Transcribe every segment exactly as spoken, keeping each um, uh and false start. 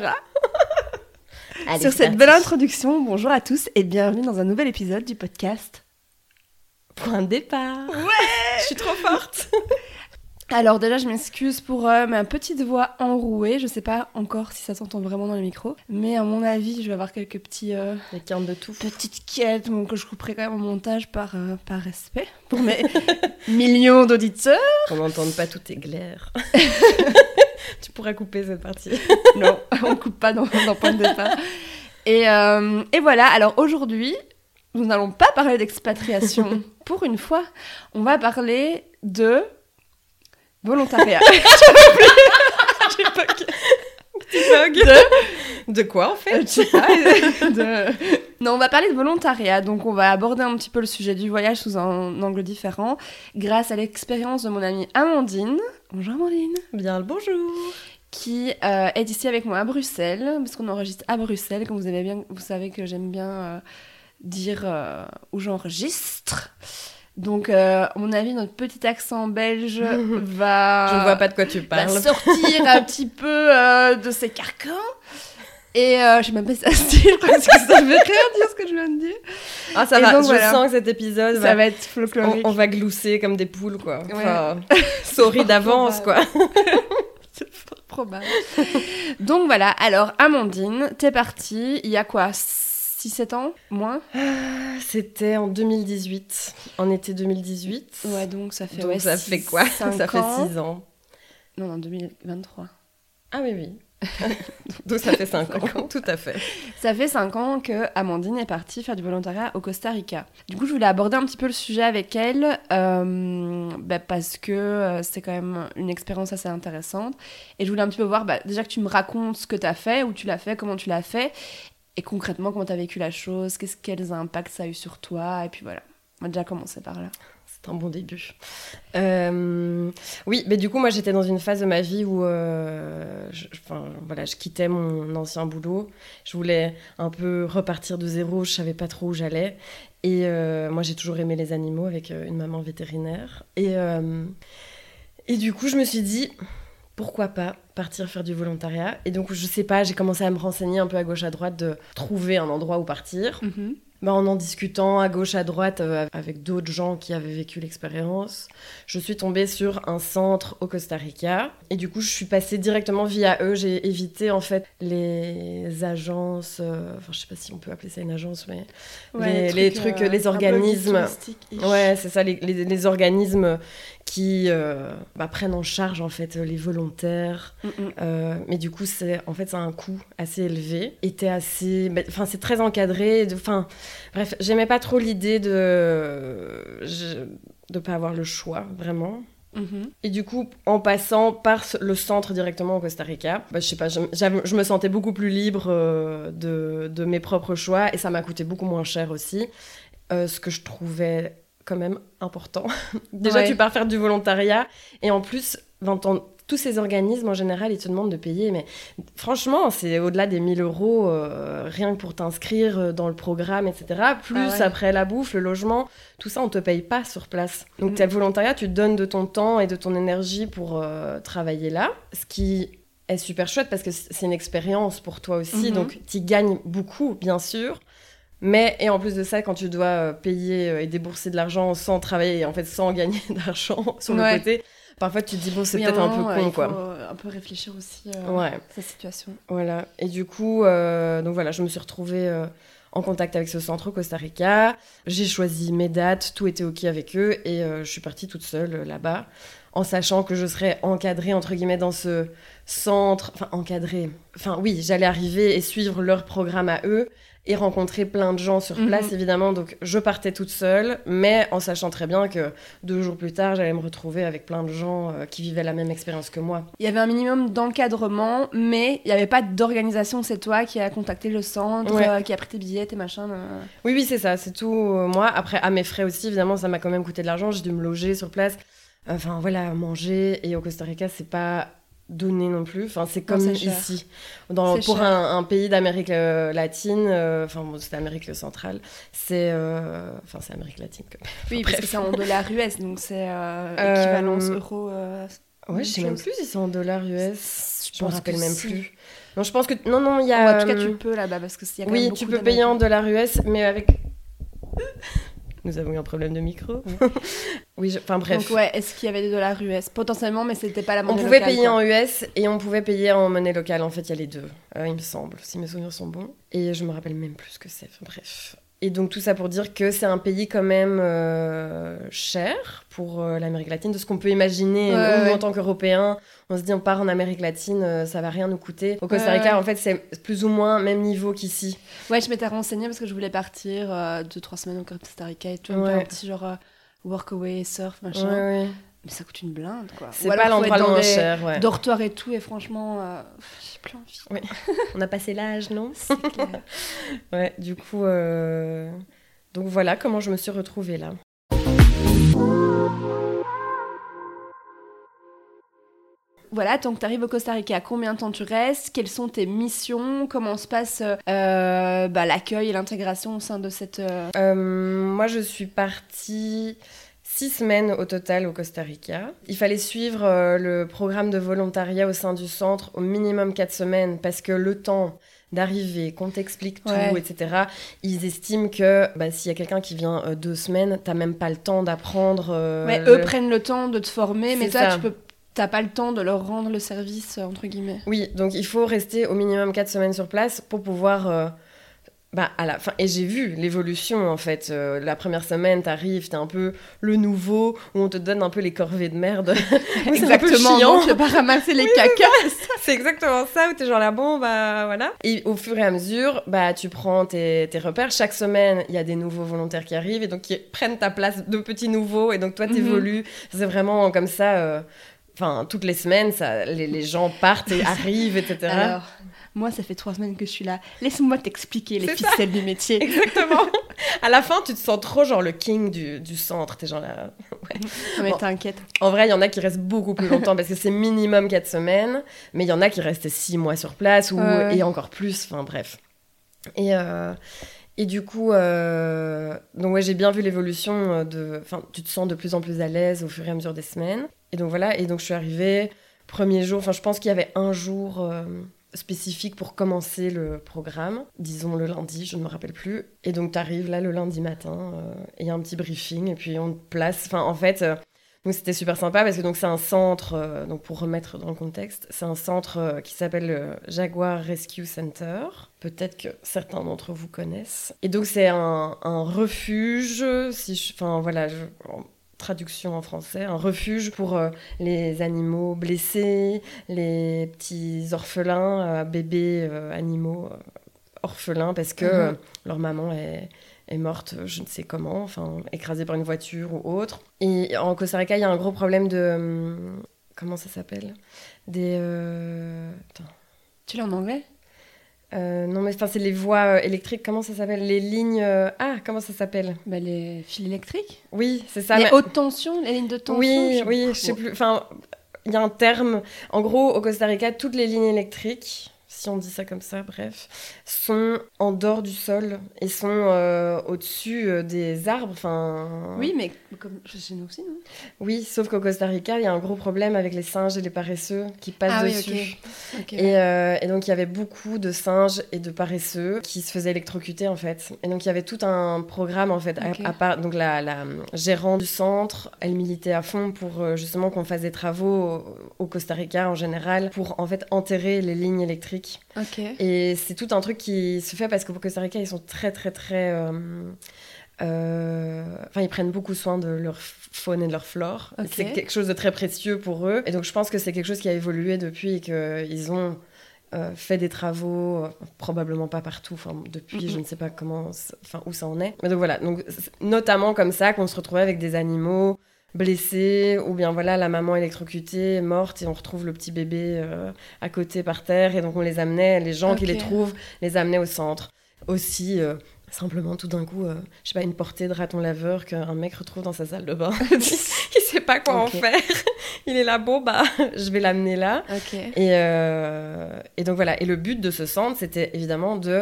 ça. Allez, sur cette parti. Belle introduction, bonjour à tous et bienvenue dans un nouvel épisode du podcast Point de départ. Ouais. Je suis trop forte. Alors déjà, je m'excuse pour euh, ma petite voix enrouée. Je sais pas encore si ça s'entend vraiment dans le micro, mais à mon avis, je vais avoir quelques petits... Euh, Des quintes de tout. Petites quêtes bon, que je couperai quand même au montage par, euh, par respect pour mes millions d'auditeurs. On n'entende pas tous tes glaires. Tu pourras couper cette partie. Non, on coupe pas dans, dans Point de départ. Et, euh, et voilà, alors aujourd'hui, nous n'allons pas parler d'expatriation pour une fois. On va parler de... volontariat. J'ai bug. Petit bug. De... de quoi en fait? Je sais pas. De... Non, on va parler de volontariat. Donc, on va aborder un petit peu le sujet du voyage sous un angle différent, grâce à l'expérience de mon amie Amandine. Bonjour Amandine. Bien le bonjour. Qui euh, est ici avec moi à Bruxelles, parce qu'on enregistre à Bruxelles, comme vous avez bien, vous savez que j'aime bien euh, dire euh, où j'enregistre. Donc, euh, à mon avis, notre petit accent belge va... Je ne vois pas de quoi tu parles. Va sortir un petit peu euh, de ses carcans. Et euh, je sais même pas si ça se dit, je crois que ça veut rien dire ce que je viens de dire. Ah, ça et va, donc, je voilà. sens que cet épisode ça va... va être folklorique. On, on va glousser comme des poules, quoi. Ouais. Enfin, sorry d'avance, quoi. C'est fort probable. Donc voilà, alors Amandine, t'es partie, il y a quoi, six sept ans, moins? C'était en deux mille dix-huit, en été deux mille dix-huit. Ouais, donc ça fait, donc ouais, ça six, fait quoi? Ça ans. fait six ans. Non, non, deux mille vingt-trois. Ah oui, oui. Donc ça fait cinq ans, tout à fait. Ça fait cinq ans que Amandine est partie faire du volontariat au Costa Rica. Du coup, je voulais aborder un petit peu le sujet avec elle, euh, bah, parce que euh, c'est quand même une expérience assez intéressante. Et je voulais un petit peu voir, bah, déjà que tu me racontes ce que tu as fait, où tu l'as fait, comment tu l'as fait, et concrètement, comment tu as vécu la chose, qu'est-ce, quels impacts ça a eu sur toi, et puis voilà. On va déjà commencer par là. C'est un bon début. Euh, oui, mais du coup, moi, j'étais dans une phase de ma vie où euh, je, enfin, voilà, je quittais mon ancien boulot. Je voulais un peu repartir de zéro. Je savais pas trop où j'allais. Et euh, moi, j'ai toujours aimé les animaux avec une maman vétérinaire. Et, euh, et du coup, je me suis dit, pourquoi pas partir faire du volontariat? Et donc, je sais pas, j'ai commencé à me renseigner un peu à gauche à droite de trouver un endroit où partir. Mm-hmm. Bah, en en discutant à gauche, à droite, euh, avec d'autres gens qui avaient vécu l'expérience, je suis tombée sur un centre au Costa Rica. Et du coup, je suis passée directement via eux. J'ai évité, en fait, les agences... Euh, enfin, je sais pas si on peut appeler ça une agence, mais... Ouais, les, les trucs, les, trucs euh, les organismes... Ouais, c'est ça, les, les, les organismes qui euh, bah, prennent en charge, en fait, les volontaires. Euh, mais du coup, c'est, en fait, ça a un coût assez élevé. Et t'es assez... Enfin, c'est très encadré. Enfin... Bref, j'aimais pas trop l'idée de je... de pas avoir le choix, vraiment. Mm-hmm. Et du coup, en passant par le centre directement au Costa Rica, bah, je sais pas, je, je me sentais beaucoup plus libre euh, de, de mes propres choix et ça m'a coûté beaucoup moins cher aussi, euh, ce que je trouvais quand même important. Déjà, ouais. Tu pars faire du volontariat et en plus, vingt ans... Tous ces organismes, en général, ils te demandent de payer, mais franchement, c'est au-delà des mille euros, euh, rien que pour t'inscrire dans le programme, et cetera. Plus ah ouais. Après la bouffe, le logement, tout ça, on ne te paye pas sur place. Donc, mmh. Tu as le volontariat, tu te donnes de ton temps et de ton énergie pour euh, travailler là, ce qui est super chouette parce que c'est une expérience pour toi aussi, mmh. Donc tu gagnes beaucoup, bien sûr. Mais, et en plus de ça, quand tu dois payer et débourser de l'argent sans travailler, en fait, sans gagner d'argent sur ouais. le côté... Parfois, tu te dis, bon, c'est oui, peut-être un, moment, un peu con, ouais, quoi. Il faut un peu réfléchir aussi euh, ouais. à sa situation. Voilà. Et du coup, euh, donc voilà, je me suis retrouvée euh, en contact avec ce centre au Costa Rica. J'ai choisi mes dates, tout était OK avec eux. Et euh, je suis partie toute seule euh, là-bas, en sachant que je serais encadrée, entre guillemets, dans ce centre. Enfin, encadrée. Enfin, oui, j'allais arriver et suivre leur programme à eux. Et rencontrer plein de gens sur place, mmh. évidemment. Donc, je partais toute seule, mais en sachant très bien que deux jours plus tard, j'allais me retrouver avec plein de gens euh, qui vivaient la même expérience que moi. Il y avait un minimum d'encadrement, mais il n'y avait pas d'organisation. C'est toi qui as contacté le centre, ouais. euh, qui a pris tes billets, tes machins. Euh... Oui, oui, c'est ça. C'est tout euh, moi. Après, à mes frais aussi, évidemment, ça m'a quand même coûté de l'argent. J'ai dû me loger sur place. Enfin, voilà, manger. Et au Costa Rica, c'est pas... donné non plus, enfin c'est comme non, c'est ici dans, c'est pour un, un pays d'Amérique euh, latine, enfin euh, bon, c'était Amérique centrale, c'est euh, enfin c'est Amérique latine quand même. Oui, Bref. parce que c'est en dollars U S, donc c'est euh, équivalence euh, euro. Euh, ouais, je sais même plus si c'est en dollars U S, je me rappelle même plus. Donc je pense que non non il y a. En tout cas tu peux là-bas parce que s'il y a quand oui, même beaucoup tu peux payer en dollars U S, mais avec. Nous avons eu un problème de micro. oui, enfin je... bref. Donc ouais, est-ce qu'il y avait des dollars U S potentiellement, mais c'était pas la monnaie locale. On pouvait locale, payer quoi. en U S et on pouvait payer en monnaie locale. En fait, il y a les deux, euh, il me semble, si mes souvenirs sont bons. Et je me rappelle même plus ce que c'est. Enfin, bref. Et donc tout ça pour dire que c'est un pays quand même euh, cher pour euh, l'Amérique latine, de ce qu'on peut imaginer. Ouais, nous, ouais. en tant qu'Européens, on se dit on part en Amérique latine, euh, ça va rien nous coûter. Au Costa Rica, Ouais, ouais. en fait, c'est plus ou moins même niveau qu'ici. Ouais, je m'étais renseignée parce que je voulais partir euh, deux trois semaines au Costa Rica et tout, Ouais. un, peu un petit genre euh, workaway, surf, machin. Ouais, ouais. Mais ça coûte une blinde, quoi. C'est Ou alors, pas faut l'endroit être le dans moins des cher, ouais. dortoirs et tout, et franchement, euh, j'ai plus envie. Oui. On a passé l'âge, non? C'est clair. Ouais, du coup, euh... donc voilà comment je me suis retrouvée là. Voilà, tant que tu arrives au Costa Rica, combien de temps tu restes? Quelles sont tes missions? Comment se passe euh, bah, l'accueil et l'intégration au sein de cette... Euh... Euh, moi, je suis partie six semaines au total au Costa Rica. Il fallait suivre euh, le programme de volontariat au sein du centre au minimum quatre semaines parce que le temps d'arriver, qu'on t'explique tout, Ouais. et cetera. Ils estiment que bah, s'il y a quelqu'un qui vient euh, deux semaines, t'as même pas le temps d'apprendre. Euh, Ouais, le... eux prennent le temps de te former, mais C'est toi, ça. tu peux... T'as pas le temps de leur rendre le service, euh, entre guillemets. Oui, donc il faut rester au minimum quatre semaines sur place pour pouvoir... euh, bah, à la fin... Et j'ai vu l'évolution, en fait. Euh, la première semaine, t'arrives, t'es un peu le nouveau, où on te donne un peu les corvées de merde. C'est un peu Exactement, chiant. non, tu vas pas ramasser les caca. C'est exactement ça, où t'es genre là, bon, bah voilà. Et au fur et à mesure, bah tu prends tes, tes repères. Chaque semaine, il y a des nouveaux volontaires qui arrivent, et donc qui prennent ta place de petits nouveaux, et donc toi, t'évolues. Mm-hmm. C'est vraiment comme ça... Euh... Enfin, toutes les semaines, ça, les, les gens partent et arrivent, et cetera. Alors, moi, ça fait trois semaines que je suis là. Laisse-moi t'expliquer les C'est ficelles ça. du métier. Exactement. À la fin, tu te sens trop genre le king du, du centre. T'es genre là... Ouais. Non, mais Bon. t'inquiète. En vrai, il y en a qui restent beaucoup plus longtemps parce que c'est minimum quatre semaines. Mais il y en a qui restent six mois sur place ou... Ouais, ouais. et encore plus. Enfin, bref. Et... Euh... Et du coup, euh... donc ouais, j'ai bien vu l'évolution de... Enfin, tu te sens de plus en plus à l'aise au fur et à mesure des semaines. Et donc voilà, et donc je suis arrivée, premier jour, enfin je pense qu'il y avait un jour euh, spécifique pour commencer le programme, disons le lundi, je ne me rappelle plus. Et donc t'arrives là le lundi matin, euh, et il y a un petit briefing, et puis on te place... Enfin en fait... Euh... Donc c'était super sympa parce que donc c'est un centre, euh, donc pour remettre dans le contexte, c'est un centre euh, qui s'appelle le Jaguar Rescue Center. Peut-être que certains d'entre vous connaissent. Et donc c'est un, un refuge, si je, enfin voilà, je, en traduction en français, un refuge pour euh, les animaux blessés, les petits orphelins, euh, bébés euh, animaux euh, orphelins parce que mm-hmm. euh, leur maman est est morte, je ne sais comment, enfin écrasée par une voiture ou autre. Et en Costa Rica, il y a un gros problème de... Hum, comment ça s'appelle ? Des... Euh... Attends. Tu l'as en anglais ? euh, Non, mais c'est les voies euh, électriques, comment ça s'appelle ? Les lignes... Euh... Ah, comment ça s'appelle ? Bah, les fils électriques ? Oui, c'est ça. Les mais... hautes tensions, les lignes de tension ? Oui, je... oui, je sais plus. Enfin, il y a un terme. En gros, au Costa Rica, toutes les lignes électriques... si on dit ça comme ça, bref, sont en dehors du sol et sont euh, au-dessus euh, des arbres. Enfin. Oui, mais comme chez nous aussi, non ? Oui, sauf qu'au Costa Rica, il y a un gros problème avec les singes et les paresseux qui passent ah, dessus. Oui, okay. Okay, et, ouais. euh, et donc, il y avait beaucoup de singes et de paresseux qui se faisaient électrocuter, en fait. Et donc, il y avait tout un programme, en fait, okay. à, à part... Donc, la, la gérante du centre, elle militait à fond pour, euh, justement, qu'on fasse des travaux au, au Costa Rica, en général, pour, en fait, enterrer les lignes électriques. Okay. Et c'est tout un truc qui se fait parce qu'au Costa Rica, ils sont très, très, très... Euh, euh, enfin, ils prennent beaucoup soin de leur faune et de leur flore. Okay. C'est quelque chose de très précieux pour eux. Et donc, je pense que c'est quelque chose qui a évolué depuis et qu'ils ont euh, fait des travaux, euh, probablement pas partout, enfin, depuis, mm-hmm. je ne sais pas comment, enfin, où ça en est. Mais donc, voilà. Donc, notamment comme ça qu'on se retrouvait avec des animaux blessés, ou bien voilà, la maman électrocutée, morte, et on retrouve le petit bébé euh, à côté par terre, et donc on les amenait, les gens okay. qui les trouvent, les amenaient au centre. Aussi, euh, simplement tout d'un coup, euh, je sais pas, une portée de raton laveur qu'un mec retrouve dans sa salle de bain. Il sait pas quoi okay. en faire. Il est là, bon, bah, je vais l'amener là. Okay. Et, euh, et donc voilà, et le but de ce centre, c'était évidemment de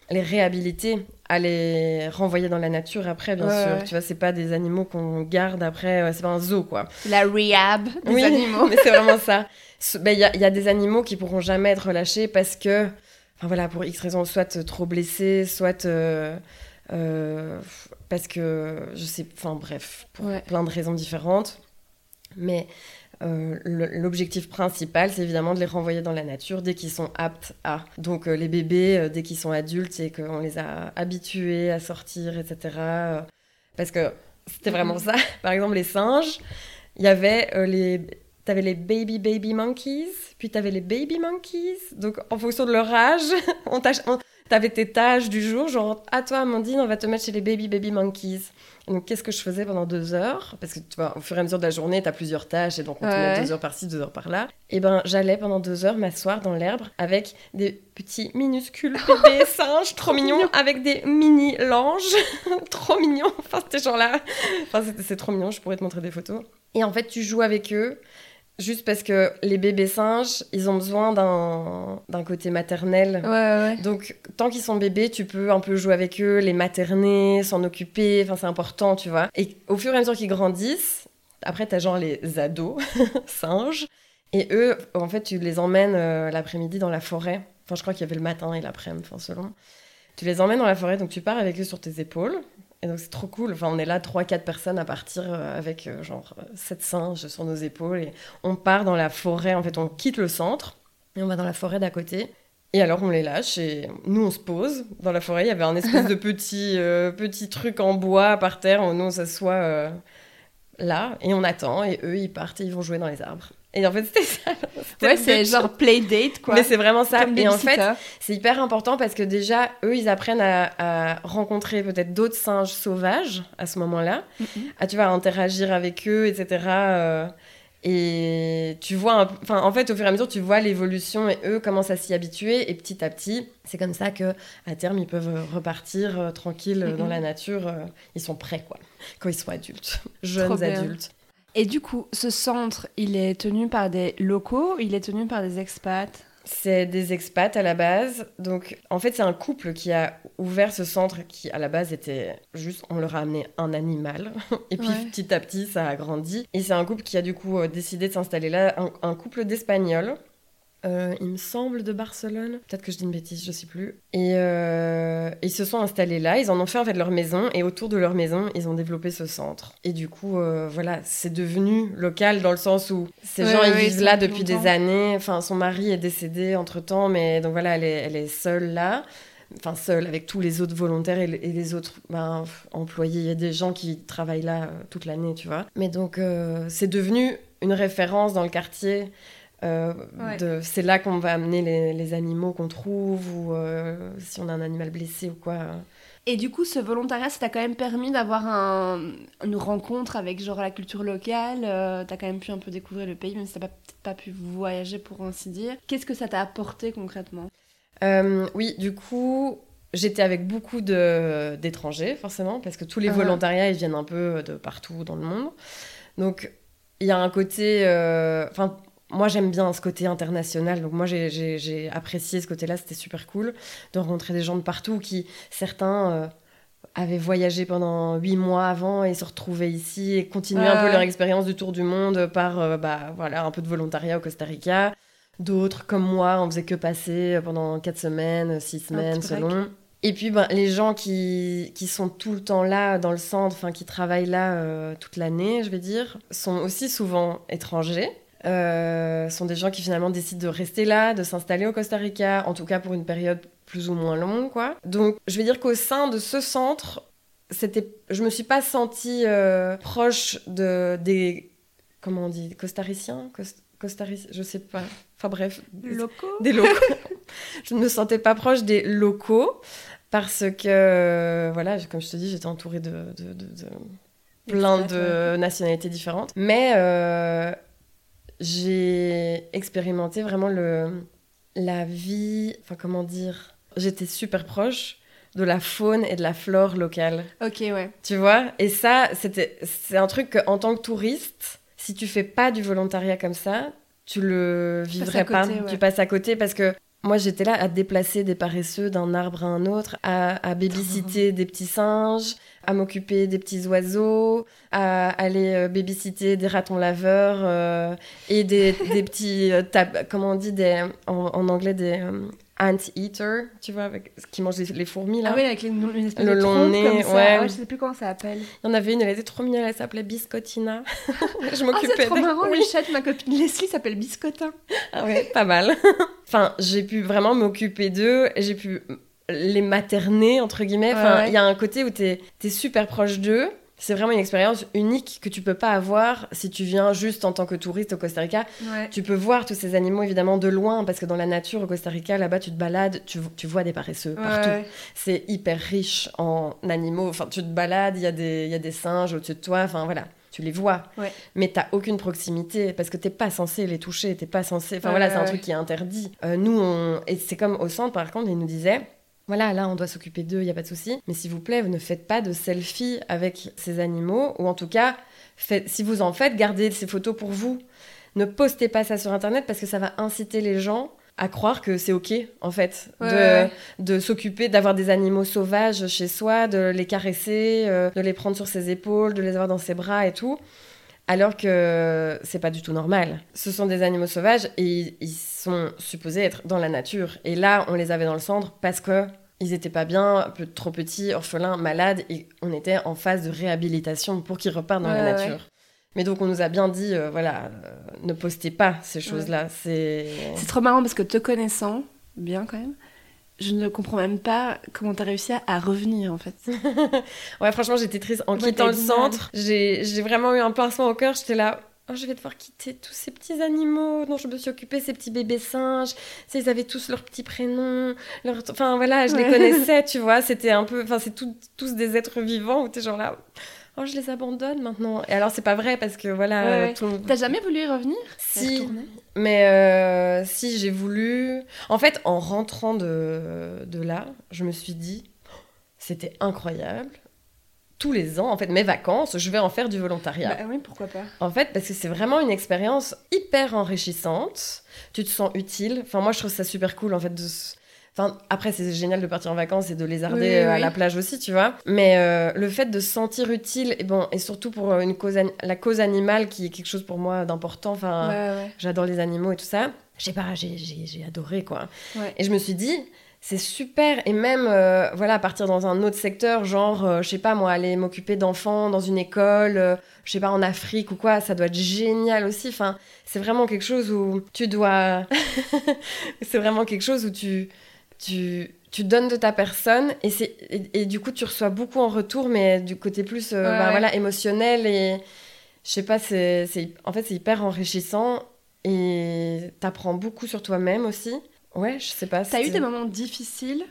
les réhabiliter, à les renvoyer dans la nature après, bien ouais, sûr. Ouais. Tu vois, c'est pas des animaux qu'on garde après, c'est pas un zoo, quoi. La rehab des oui, animaux. mais c'est vraiment ça. Il ben, y, a, y a des animaux qui pourront jamais être relâchés parce que, enfin voilà, pour X raisons, soit trop blessés, soit euh, euh, parce que, je sais, enfin bref, pour ouais. plein de raisons différentes. Mais euh, l'objectif principal, c'est évidemment de les renvoyer dans la nature dès qu'ils sont aptes à. Donc euh, les bébés, euh, dès qu'ils sont adultes et qu'on les a habitués à sortir, et cetera. Euh, parce que c'était vraiment ça. Par exemple, les singes, il y avait euh, les... T'avais les baby baby monkeys, puis t'avais les baby monkeys. Donc en fonction de leur âge, on on... t'avais tes tâches du jour, genre « Ah toi Amandine, on va te mettre chez les baby baby monkeys ». Donc, qu'est-ce que je faisais pendant deux heures ? Parce que, tu vois, au fur et à mesure de la journée, t'as plusieurs tâches, et donc on te ouais. met deux heures par-ci, deux heures par-là. Et ben, j'allais pendant deux heures m'asseoir dans l'herbe avec des petits minuscules bébés singes, trop mignons, avec des mini-langes, trop mignons. Enfin, ces gens-là, enfin, c'est, c'est trop mignon, je pourrais te montrer des photos. Et en fait, tu joues avec eux, juste parce que les bébés singes, ils ont besoin d'un, d'un côté maternel. Ouais, ouais. Donc, tant qu'ils sont bébés, tu peux un peu jouer avec eux, les materner, s'en occuper. Enfin, c'est important, tu vois. Et au fur et à mesure qu'ils grandissent, après, t'as genre les ados singes. Et eux, en fait, tu les emmènes euh, l'après-midi dans la forêt. Enfin, je crois qu'il y avait le matin et l'après-midi, enfin, selon. Tu les emmènes dans la forêt, donc tu pars avec eux sur tes épaules. Et donc, c'est trop cool. Enfin, on est là, trois quatre personnes à partir euh, avec, euh, genre, sept singes sur nos épaules. Et on part dans la forêt. En fait, on quitte le centre et on va dans la forêt d'à côté. Et alors, on les lâche et nous, on se pose. Dans la forêt, il y avait un espèce de petit, euh, petit truc en bois par terre où nous, on s'assoit euh, là et on attend. Et eux, ils partent et ils vont jouer dans les arbres. Et en fait, c'était ça. C'était ouais, c'est genre playdate, quoi. Mais c'est vraiment ça. Comme et en fait, babysitter. c'est hyper important parce que déjà, eux, ils apprennent à, à rencontrer peut-être d'autres singes sauvages à ce moment-là. Mm-hmm. À, tu vois, à interagir avec eux, et cetera. Euh, et tu vois, enfin, en fait, au fur et à mesure, tu vois l'évolution et eux commencent à s'y habituer. Et petit à petit, c'est comme ça que à terme, ils peuvent repartir euh, tranquilles mm-hmm. dans la nature. Euh, ils sont prêts, quoi, quand ils sont adultes, jeunes adultes. Et du coup, ce centre, il est tenu par des locaux, il est tenu par des expats ? C'est des expats à la base. Donc, en fait, c'est un couple qui a ouvert ce centre qui, à la base, était juste... On leur a amené un animal. Et puis, ouais. petit à petit, ça a grandi. Et c'est un couple qui a, du coup, décidé de s'installer là. Un, un couple d'Espagnols. Euh, il me semble de Barcelone. Peut-être que je dis une bêtise, je sais plus. Et euh, ils se sont installés là. Ils en ont fait, en fait, leur maison. Et autour de leur maison, ils ont développé ce centre. Et du coup, euh, voilà, c'est devenu local dans le sens où ces ouais, gens, ils ouais, vivent là depuis longtemps. Des années. Enfin, son mari est décédé entre-temps, mais donc voilà, elle est, elle est seule là. Enfin, seule avec tous les autres volontaires et, et les autres ben, employés. Il y a des gens qui travaillent là euh, toute l'année, tu vois. Mais donc, euh, c'est devenu une référence dans le quartier. Euh, ouais. de, c'est là qu'on va amener les, les animaux qu'on trouve ou euh, si on a un animal blessé ou quoi. Et du coup, ce volontariat, ça t'a quand même permis d'avoir un, une rencontre avec genre la culture locale. Euh, t'as quand même pu un peu découvrir le pays, même si t'as pas, peut-être pas pu voyager pour ainsi dire. Qu'est-ce que ça t'a apporté concrètement ? euh, Oui, du coup, j'étais avec beaucoup de, d'étrangers forcément, parce que tous les uh-huh. volontariats, ils viennent un peu de partout dans le monde. Donc, il y a un côté... Enfin, euh, moi, j'aime bien ce côté international. Donc, moi, j'ai, j'ai, j'ai apprécié ce côté-là. C'était super cool de rencontrer des gens de partout qui, certains, euh, avaient voyagé pendant huit mois avant et se retrouvaient ici et continuaient euh... un peu leur expérience du tour du monde par euh, bah, voilà, un peu de volontariat au Costa Rica. D'autres, comme moi, on faisait que passer pendant quatre semaines, six semaines, selon. Et puis, ben, les gens qui, qui sont tout le temps là, dans le centre, enfin, qui travaillent là euh, toute l'année, je vais dire, sont aussi souvent étrangers. Euh, sont des gens qui finalement décident de rester là, de s'installer au Costa Rica, en tout cas pour une période plus ou moins longue, quoi. Donc, je vais dire qu'au sein de ce centre, c'était, je me suis pas sentie euh, proche de des, comment on dit, costariciens, Cost, costariciens, je sais pas. Enfin bref, locaux. Des locaux. Je ne me sentais pas proche des locaux parce que, voilà, comme je te dis, j'étais entourée de, de, de, de plein de ouais. nationalités différentes, mais euh, j'ai expérimenté vraiment le, la vie, enfin comment dire, j'étais super proche de la faune et de la flore locale. Ok, ouais. Tu vois ? Et ça, c'était, c'est un truc qu'en tant que touriste, si tu fais pas du volontariat comme ça, tu le vivrais pas. Ouais. Tu passes à côté parce que Moi, j'étais là à déplacer des paresseux d'un arbre à un autre, à, à babysitter des petits singes, à m'occuper des petits oiseaux, à aller euh, babysitter des ratons laveurs euh, et des, des petits, euh, tab- comment on dit, des, en, en anglais, des euh, ant-eaters, tu vois, avec, qui mangent les, les fourmis, là. Ah oui, avec les, une espèce le de long trompe nez, comme ça. ouais. Ouais, je sais plus comment ça s'appelle. Il y en avait une, elle était trop mignonne, elle s'appelait Biscottina. Je Ah, m'occupais c'est trop d'elle. marrant, Oui. le chat de ma copine Leslie s'appelle Biscotin. Ah ouais, pas mal. Enfin, j'ai pu vraiment m'occuper d'eux, et j'ai pu les materner, entre guillemets. Enfin, il Ouais, ouais. y a un côté où t'es, t'es super proche d'eux. C'est vraiment une expérience unique que tu peux pas avoir si tu viens juste en tant que touriste au Costa Rica. Ouais. Tu peux voir tous ces animaux évidemment de loin, parce que dans la nature au Costa Rica, là-bas, tu te balades, tu, tu vois des paresseux Ouais, partout. ouais. C'est hyper riche en animaux. Enfin, tu te balades, il y a des, il y a des singes au-dessus de toi. Enfin, voilà. Tu les vois, Ouais. mais t'as aucune proximité parce que t'es pas censé les toucher, t'es pas censé. Enfin Ouais, voilà, ouais, c'est un ouais. truc qui est interdit. Euh, nous, on... et c'est comme au centre par contre, ils nous disaient voilà, là on doit s'occuper d'eux, il y a pas de souci, mais s'il vous plaît, vous ne faites pas de selfie avec ces animaux, ou en tout cas, faites... si vous en faites, gardez ces photos pour vous. Ne postez pas ça sur internet parce que ça va inciter les gens à croire que c'est ok en fait Ouais, de, ouais. de s'occuper d'avoir des animaux sauvages chez soi, de les caresser, euh, de les prendre sur ses épaules, de les avoir dans ses bras et tout. Alors que c'est pas du tout normal. Ce sont des animaux sauvages et ils sont supposés être dans la nature. Et là, on les avait dans le centre parce que ils étaient pas bien, un peu trop petits, orphelins, malades, et on était en phase de réhabilitation pour qu'ils repartent dans Ouais, la ouais. nature. Mais donc on nous a bien dit, euh, voilà, euh, ne postez pas ces choses-là. C'est... C'est trop marrant parce que te connaissant, bien quand même, je ne comprends même pas comment t'as réussi à, à revenir en fait. Ouais, franchement, j'étais triste. En Ouais, quittant t'as le du centre, j'ai, j'ai vraiment eu un pincement au cœur. J'étais là, oh, je vais devoir quitter tous ces petits animaux dont je me suis occupée, ces petits bébés singes. Tu sais, ils avaient tous leurs petits prénoms. Leur... Enfin, voilà, je Ouais. les connaissais, tu vois. C'était un peu... Enfin, c'est tout- tous des êtres vivants où t'es genre là... Oh, je les abandonne maintenant. Et alors, c'est pas vrai parce que voilà... Ouais, euh, ouais. tout- T'as jamais voulu y revenir? Y Si, retourner mais euh, si j'ai voulu... En fait, en rentrant de, de là, je me suis dit, c'était incroyable. Tous les ans, en fait, mes vacances, je vais en faire du volontariat. Bah oui, pourquoi pas. En fait, parce que c'est vraiment une expérience hyper enrichissante. Tu te sens utile. Enfin, moi, je trouve ça super cool, en fait, de... s- Enfin, après, c'est génial de partir en vacances et de lézarder Oui, oui, euh, à oui. la plage aussi, tu vois. Mais euh, le fait de se sentir utile, et, bon, et surtout pour euh, une cause an- la cause animale, qui est quelque chose pour moi d'important. Enfin, Ouais, ouais. j'adore les animaux et tout ça. Je sais pas, j'ai, j'ai, j'ai adoré, quoi. Ouais. Et je me suis dit, c'est super. Et même, euh, voilà, partir dans un autre secteur, genre, euh, je sais pas, moi, aller m'occuper d'enfants dans une école, euh, je sais pas, en Afrique ou quoi, ça doit être génial aussi. Enfin, c'est vraiment quelque chose où tu dois... c'est vraiment quelque chose où tu... tu tu donnes de ta personne et, c'est, et, et du coup tu reçois beaucoup en retour, mais du côté plus euh, Ouais, bah, ouais. voilà, émotionnel, et je sais pas, c'est, c'est, en fait c'est hyper enrichissant et t'apprends beaucoup sur toi-même aussi. Ouais, je sais pas. T'as eu c'était- des moments difficiles?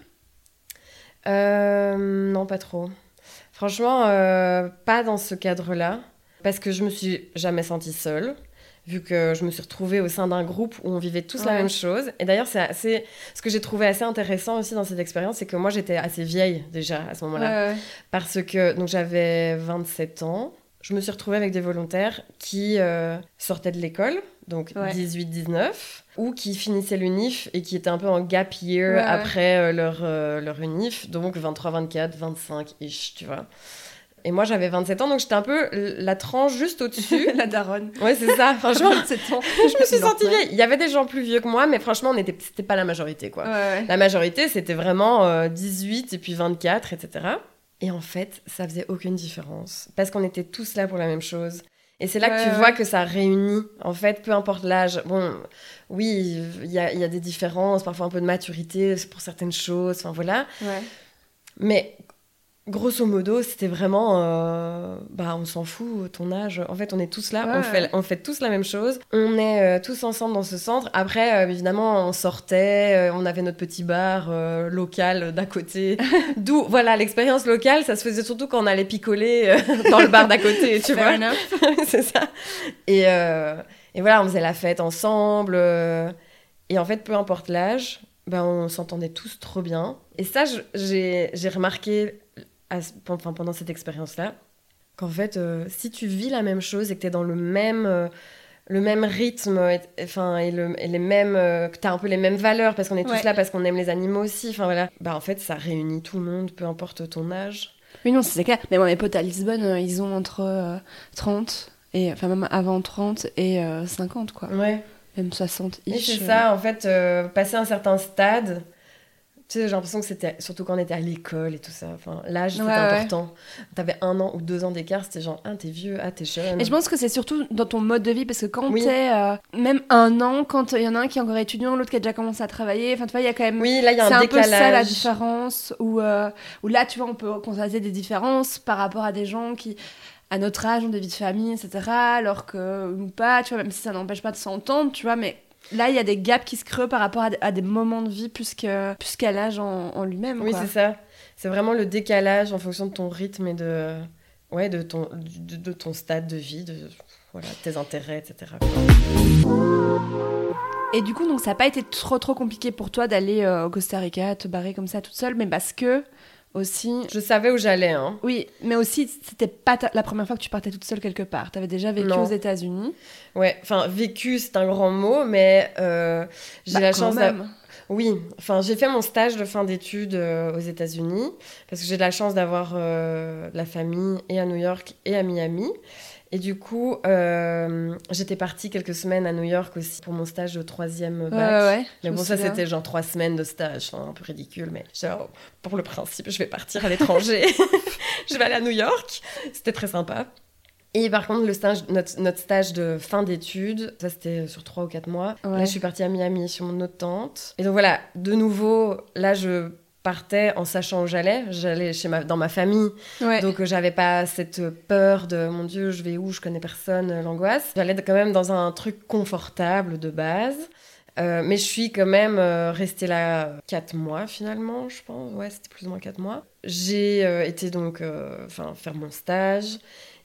Euh, non, pas trop. Franchement, euh, pas dans ce cadre-là, parce que je me suis jamais sentie seule, vu que je me suis retrouvée au sein d'un groupe où on vivait tous la Ouais. même chose. Et d'ailleurs, c'est assez... ce que j'ai trouvé assez intéressant aussi dans cette expérience, c'est que moi, j'étais assez vieille déjà à ce moment-là. Ouais, ouais. Parce que donc, j'avais vingt-sept ans. Je me suis retrouvée avec des volontaires qui euh, sortaient de l'école, donc Ouais. dix-huit dix-neuf, ou qui finissaient l'unif et qui étaient un peu en gap year Ouais, ouais. après euh, leur, euh, leur unif, donc vingt-trois vingt-quatre vingt-cinq-ish, tu vois. Et moi, j'avais vingt-sept ans, donc j'étais un peu la tranche juste au-dessus. La daronne. Ouais, c'est ça, franchement. vingt-sept ans. Je me suis sentie Normal. vieille. Il y avait des gens plus vieux que moi, mais franchement, on était... c'était pas la majorité, quoi. Ouais, ouais. La majorité, c'était vraiment euh, dix-huit et puis vingt-quatre, et cetera. Et en fait, ça faisait aucune différence. Parce qu'on était tous là pour la même chose. Et c'est là Ouais, que tu ouais. vois que ça réunit. En fait, peu importe l'âge. Bon, oui, il y a, il y a des différences, parfois un peu de maturité pour certaines choses. Enfin, voilà. Ouais. Mais grosso modo, c'était vraiment... euh, bah, on s'en fout, ton âge. En fait, on est tous là. Ouais, on, ouais. fait, on fait tous la même chose. On est euh, tous ensemble dans ce centre. Après, euh, évidemment, on sortait. euh, on avait notre petit bar euh, local d'à côté. D'où, voilà, l'expérience locale, ça se faisait surtout quand on allait picoler euh, dans le bar d'à côté, tu Fair vois. enough. C'est ça. Et, euh, et voilà, on faisait la fête ensemble. euh, et en fait, peu importe l'âge, ben, on s'entendait tous trop bien. Et ça, je- j'ai, j'ai remarqué à ce- enfin, pendant cette expérience-là, qu'en fait, euh, si tu vis la même chose et que tu es dans le même, euh, le même rythme, et, enfin, et, le, et les mêmes, euh, que t'as un peu les mêmes valeurs, parce qu'on est tous Ouais. là, parce qu'on aime les animaux aussi. Enfin voilà. Bah en fait, ça réunit tout le monde, peu importe ton âge. Oui, non, c'est clair. Mais moi, mes potes à Lisbonne, euh, ils ont entre euh, trente, et, enfin même avant trente et euh, cinquante, quoi. Ouais. Même soixante Et ish. c'est ça, en fait, euh, passer un certain stade. Tu sais, j'ai l'impression que c'était, surtout quand on était à l'école et tout ça, enfin, l'âge, c'était Ouais, ouais. important. T'avais un an ou deux ans d'écart, c'était genre, ah, t'es vieux, ah, t'es jeune. Et je pense que c'est surtout dans ton mode de vie, parce que quand Oui. t'es, euh, même un an, quand il y en a un qui est encore étudiant, l'autre qui a déjà commencé à travailler, enfin, tu vois, il y a quand même... Oui, là, il y a c'est un un décalage. peu ça la différence, où, euh, où là, tu vois, on peut constater des différences par rapport à des gens qui, à notre âge, ont des vies de famille, et cetera, alors que, ou pas, tu vois, même si ça n'empêche pas de s'entendre, tu vois, mais... Là, il y a des gaps qui se créent par rapport à, à des moments de vie plus, que, plus qu'à l'âge en, en lui-même. Oui, quoi. c'est ça. C'est vraiment le décalage en fonction de ton rythme et de, ouais, de, ton, de, de ton stade de vie, de voilà, tes intérêts, et cetera. Et du coup, donc, ça n'a pas été trop, trop compliqué pour toi d'aller euh, au Costa Rica, te barrer comme ça toute seule, mais parce que, aussi... Je savais où j'allais, hein. Oui, mais aussi, c'était pas ta- la première fois que tu partais toute seule quelque part. T'avais déjà vécu Non. aux États-Unis. Ouais, enfin, vécu, c'est un grand mot, mais euh, j'ai Bah, la quand chance d'a- même. Oui, enfin, j'ai fait mon stage de fin d'études euh, aux États-Unis parce que j'ai de la chance d'avoir euh, de la famille et à New York et à Miami. Et du coup, euh, j'étais partie quelques semaines à New York aussi pour mon stage de troisième Ouais, bac. ouais, ouais, je Mais me bon, ça, souviens. c'était genre trois semaines de stage, enfin, un peu ridicule, mais genre, pour le principe, je vais partir à l'étranger. Je vais aller à New York. C'était très sympa. Et par contre, le stage, notre, notre stage de fin d'études, ça c'était sur trois ou quatre mois. Ouais. Là, je suis partie à Miami chez mon autre tante. Et donc voilà, de nouveau, là, je partais en sachant où j'allais. J'allais chez ma, dans ma famille. Ouais. Donc, euh, j'avais pas cette peur de mon Dieu, je vais où, je connais personne, euh, l'angoisse. J'allais quand même dans un truc confortable de base. Euh, mais je suis quand même euh, restée là quatre mois finalement, je pense. Ouais, c'était plus ou moins quatre mois. J'ai euh, été donc euh, enfin, faire mon stage.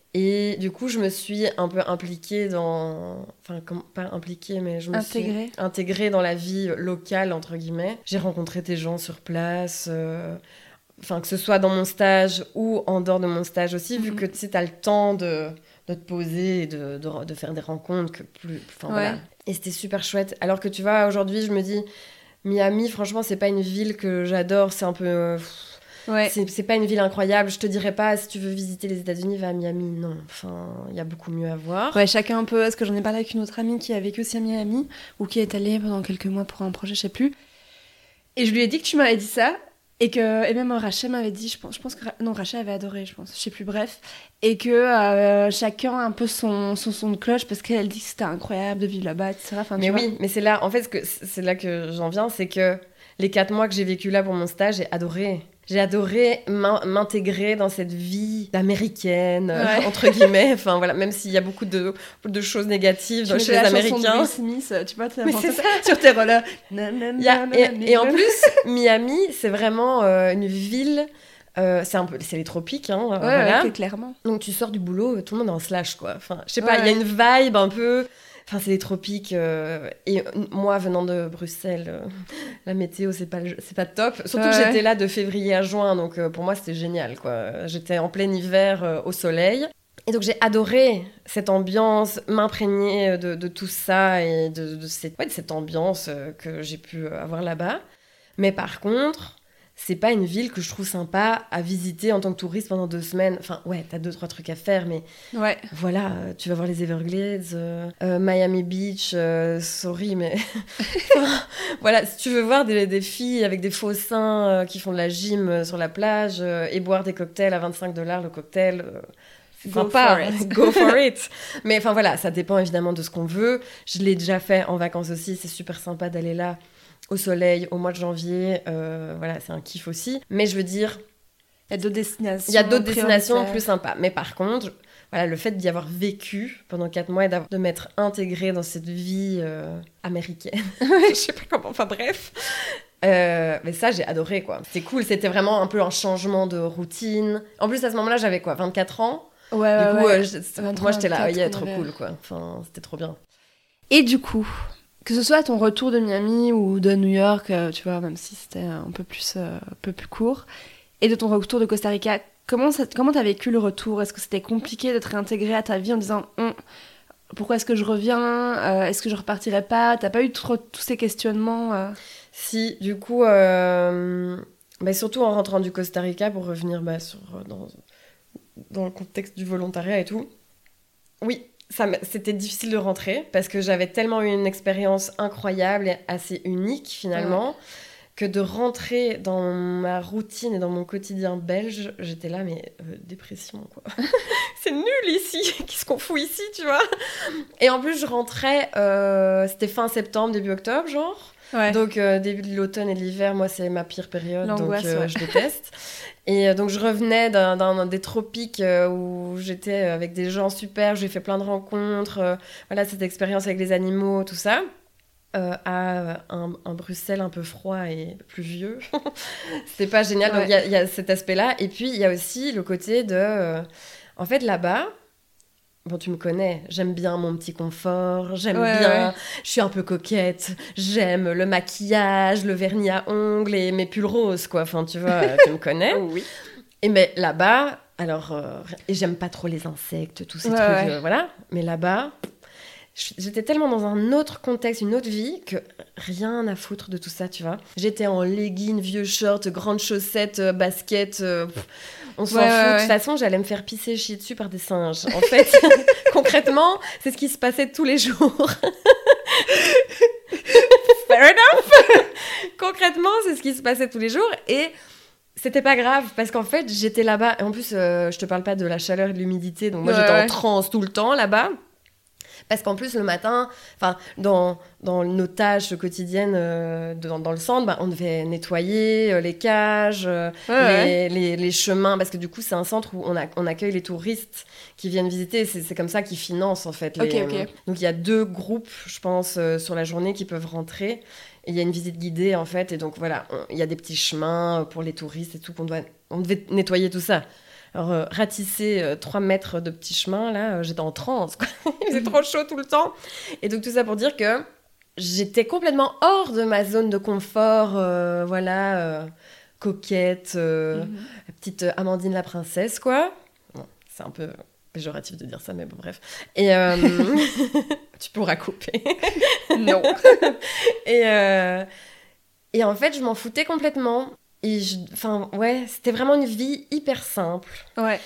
Et du coup, je me suis un peu impliquée dans... Enfin, comme- pas impliquée, mais je me Intégrée. suis intégrée dans la vie locale, entre guillemets. J'ai rencontré des gens sur place, euh, enfin, que ce soit dans mon stage ou en dehors de mon stage aussi, vu Mhm. que tu sais, t'as le temps de, de te poser et de, de, de faire des rencontres. Que plus, enfin, Ouais. voilà. Et c'était super chouette. Alors que tu vois, aujourd'hui, je me dis, Miami, franchement, c'est pas une ville que j'adore. C'est un peu... euh, Ouais. c'est, c'est pas une ville incroyable. Je te dirais pas, si tu veux visiter les États-Unis, va à Miami. Non, enfin, il y a beaucoup mieux à voir. Ouais, chacun un peu. Est-ce que j'en ai parlé avec une autre amie qui a vécu aussi à Miami ou qui est allée pendant quelques mois pour un projet, je sais plus. Et je lui ai dit que tu m'avais dit ça et que et même Rachel m'avait dit, je pense, je pense que Ra- non Rachel avait adoré, je pense, je sais plus, bref, et que euh, chacun a un peu son son son de cloche parce qu'elle dit que c'était incroyable de vivre là-bas, et cetera. Enfin, Mais tu vois. oui, mais c'est là, en fait, ce que, c'est là que j'en viens, c'est que les quatre mois que j'ai vécu là pour mon stage, j'ai adoré. J'ai adoré m'in- m'intégrer dans cette vie d'américaine, euh, Ouais. entre guillemets. Enfin voilà, même s'il y a beaucoup de, de choses négatives Tu dans- mettais chez les la chanson de Américains. Will Smith, tu vois, t'as Mais pensé c'est ça sur tes rollers. Il y a- et, et en plus, Miami, c'est vraiment euh, une ville. euh, c'est un peu, c'est les tropiques, hein. euh, ouais, voilà. ouais, clairement. Donc tu sors du boulot, tout le monde est en slash, quoi. Enfin, je sais Ouais, pas, il y a ouais. une vibe un peu. Enfin, c'est les tropiques. euh, Et moi, venant de Bruxelles, euh, la météo, c'est pas, le- c'est pas top. Surtout que Ouais. j'étais là de février à juin, donc euh, pour moi, c'était génial, quoi. J'étais en plein hiver euh, au soleil. Et donc j'ai adoré cette ambiance, m'imprégner de, de tout ça et de, de cette, ouais, de cette ambiance euh, que j'ai pu avoir là-bas. Mais par contre, c'est pas une ville que je trouve sympa à visiter en tant que touriste pendant deux semaines. Enfin, ouais, t'as deux, trois trucs à faire, mais Ouais. voilà, euh, tu vas voir les Everglades, euh, euh, Miami Beach, euh, sorry, mais... Enfin, voilà, si tu veux voir des, des filles avec des faux seins euh, qui font de la gym euh, sur la plage euh, et boire des cocktails à vingt-cinq dollars le cocktail... euh, c'est Go sympa, for it. go for it. Mais enfin voilà, ça dépend évidemment de ce qu'on veut. Je l'ai déjà fait en vacances aussi, c'est super sympa d'aller là au soleil au mois de janvier. Euh, voilà, c'est un kiff aussi. Mais je veux dire, Il y a d'autres destinations. il y a d'autres destinations prioritaires. plus sympas. Mais par contre, voilà, le fait d'y avoir vécu pendant quatre mois et d'avoir- de m'être intégrée dans cette vie euh, américaine, je sais pas comment, enfin bref. Euh, mais ça, j'ai adoré, quoi. C'était cool, c'était vraiment un peu un changement de routine. En plus, à ce moment-là, j'avais quoi, vingt-quatre ans. Ouais, Du ouais, coup, ouais. euh, je- vingt-trois, moi, j'étais là, vingt-quatre, yeah, on trop avait- cool, quoi. Enfin, c'était trop bien. Et du coup, que ce soit à ton retour de Miami ou de New York, euh, tu vois, même si c'était un peu plus, euh, un peu plus court, et de ton retour de Costa Rica, comment ça, comment t'as vécu le retour? Est-ce que c'était compliqué de te réintégrer à ta vie en disant, Hum, pourquoi est-ce que je reviens, euh, est-ce que je repartirai pas, t'as pas eu trop tous ces questionnements euh... Si, du coup, euh, bah, surtout en rentrant du Costa Rica, pour revenir bah, sur, dans, dans le contexte du volontariat et tout, oui, ça, c'était difficile de rentrer, parce que j'avais tellement eu une expérience incroyable et assez unique, finalement, ouais. que de rentrer dans ma routine et dans mon quotidien belge, j'étais là, mais euh, dépression, quoi. C'est nul ici, qu'est-ce qu'on fout ici, tu vois. Et en plus, je rentrais, euh, c'était fin septembre, début octobre, genre. Ouais. Donc, euh, début de l'automne et de l'hiver, moi, c'est ma pire période, l'angoisse, donc euh, ouais. je déteste. Et euh, donc, je revenais d'un, d'un, des tropiques euh, où j'étais avec des gens super, j'ai fait plein de rencontres, euh, voilà, cette expérience avec les animaux, tout ça. Euh, à un, un Bruxelles un peu froid et pluvieux. C'était pas génial, ouais. Donc il y, y a cet aspect-là. Et puis, il y a aussi le côté de... Euh, en fait, là-bas, bon, tu me connais, j'aime bien mon petit confort, j'aime ouais, bien... Ouais. Je suis un peu coquette, j'aime le maquillage, le vernis à ongles et mes pulls roses, quoi. Enfin, tu vois, tu me connais. Oui. Et mais là-bas, alors... Euh, et j'aime pas trop les insectes, tous ces ouais, trucs, ouais. Euh, voilà. Mais là-bas... J'étais tellement dans un autre contexte, une autre vie, que rien à foutre de tout ça, tu vois. J'étais en leggings, vieux shorts, grandes chaussettes, euh, baskets, euh, pff, on s'en ouais, fout. Ouais, ouais. De toute façon, j'allais me faire pisser, chier dessus par des singes. En fait, concrètement, c'est ce qui se passait tous les jours. Fair enough. Concrètement, c'est ce qui se passait tous les jours et... C'était pas grave, parce qu'en fait, j'étais là-bas. Et en plus, euh, je te parle pas de la chaleur et de l'humidité, donc moi, ouais, j'étais ouais. en transe tout le temps là-bas. Parce qu'en plus, le matin, dans, dans nos tâches quotidiennes euh, dans, dans le centre, bah, on devait nettoyer euh, les cages, euh, ouais, les, ouais. Les, les chemins, parce que du coup, c'est un centre où on, a, on accueille les touristes qui viennent visiter. C'est, c'est comme ça qu'ils financent, en fait. Les, okay, okay. Donc, il y a deux groupes, je pense, euh, sur la journée qui peuvent rentrer. Et il y a une visite guidée, en fait. Et donc, voilà, il y a des petits chemins pour les touristes et tout, qu'on doit, on devait nettoyer tout ça. Alors, euh, ratisser euh, trois mètres de petits chemins, là, euh, j'étais en transe, quoi. Il faisait trop chaud tout le temps. Et donc, tout ça pour dire que j'étais complètement hors de ma zone de confort, euh, voilà, euh, coquette, euh, mm-hmm. petite Amandine la princesse, quoi. Bon, c'est un peu péjoratif de dire ça, mais bon, bref. Et euh, tu pourras couper. Non. et, euh, et en fait, je m'en foutais complètement. Et je, enfin, ouais, c'était vraiment une vie hyper simple. Ouais.